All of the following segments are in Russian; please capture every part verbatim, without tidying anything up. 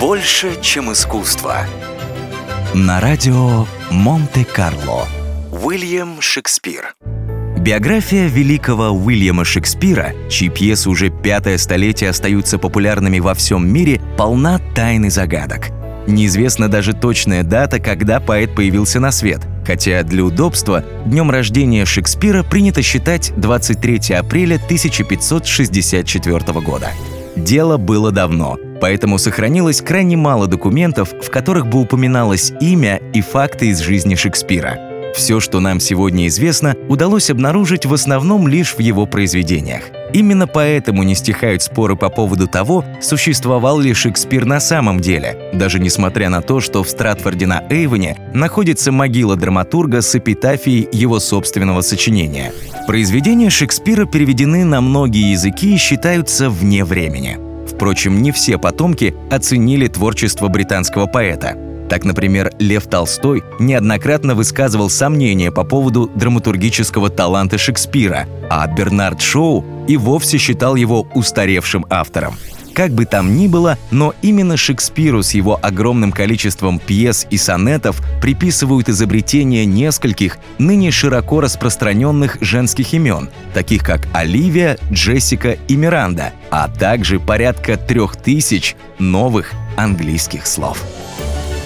Больше, чем искусство. На радио Монте-Карло. Уильям Шекспир. Биография великого Уильяма Шекспира, чьи пьесы уже пятое столетие остаются популярными во всем мире, полна тайн и загадок. Неизвестна даже точная дата, когда поэт появился на свет, хотя для удобства днем рождения Шекспира принято считать двадцать третьего апреля тысяча пятьсот шестьдесят четвёртого года. Дело было давно, поэтому сохранилось крайне мало документов, в которых бы упоминалось имя и факты из жизни Шекспира. Все, что нам сегодня известно, удалось обнаружить в основном лишь в его произведениях. Именно поэтому не стихают споры по поводу того, существовал ли Шекспир на самом деле, даже несмотря на то, что в Стратфорде-на-Эйвоне находится могила драматурга с эпитафией его собственного сочинения. Произведения Шекспира переведены на многие языки и считаются вне времени. Впрочем, не все потомки оценили творчество британского поэта. Так, например, Лев Толстой неоднократно высказывал сомнения по поводу драматургического таланта Шекспира, а Бернард Шоу и вовсе считал его устаревшим автором. Как бы там ни было, но именно Шекспиру с его огромным количеством пьес и сонетов приписывают изобретение нескольких ныне широко распространенных женских имен, таких как Оливия, Джессика и Миранда, а также порядка трех тысяч новых английских слов.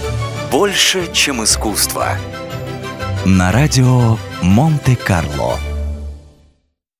Больше, чем искусство. На радио Монте-Карло.